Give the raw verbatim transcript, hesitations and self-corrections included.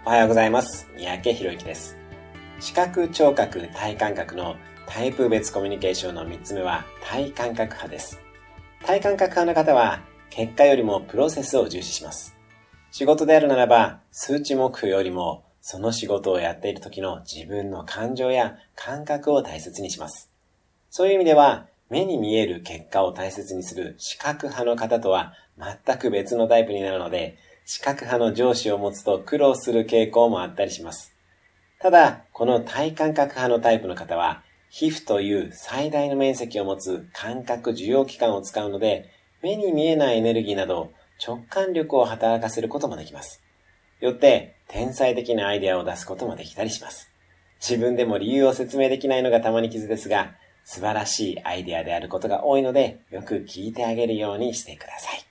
おはようございます。三宅宏之です。視覚、聴覚、体感覚のタイプ別コミュニケーションのみっつめは体感覚派です。体感覚派の方は結果よりもプロセスを重視します。仕事であるならば数値目標よりもその仕事をやっている時の自分の感情や感覚を大切にします。そういう意味では目に見える結果を大切にする視覚派の方とは全く別のタイプになるので、視覚派の上司を持つと苦労する傾向もあったりします。ただ、この体感覚派のタイプの方は、皮膚という最大の面積を持つ感覚受容器官を使うので、目に見えないエネルギーなど直感力を働かせることもできます。よって、天才的なアイデアを出すこともできたりします。自分でも理由を説明できないのがたまに傷ですが、素晴らしいアイデアであることが多いので、よく聞いてあげるようにしてください。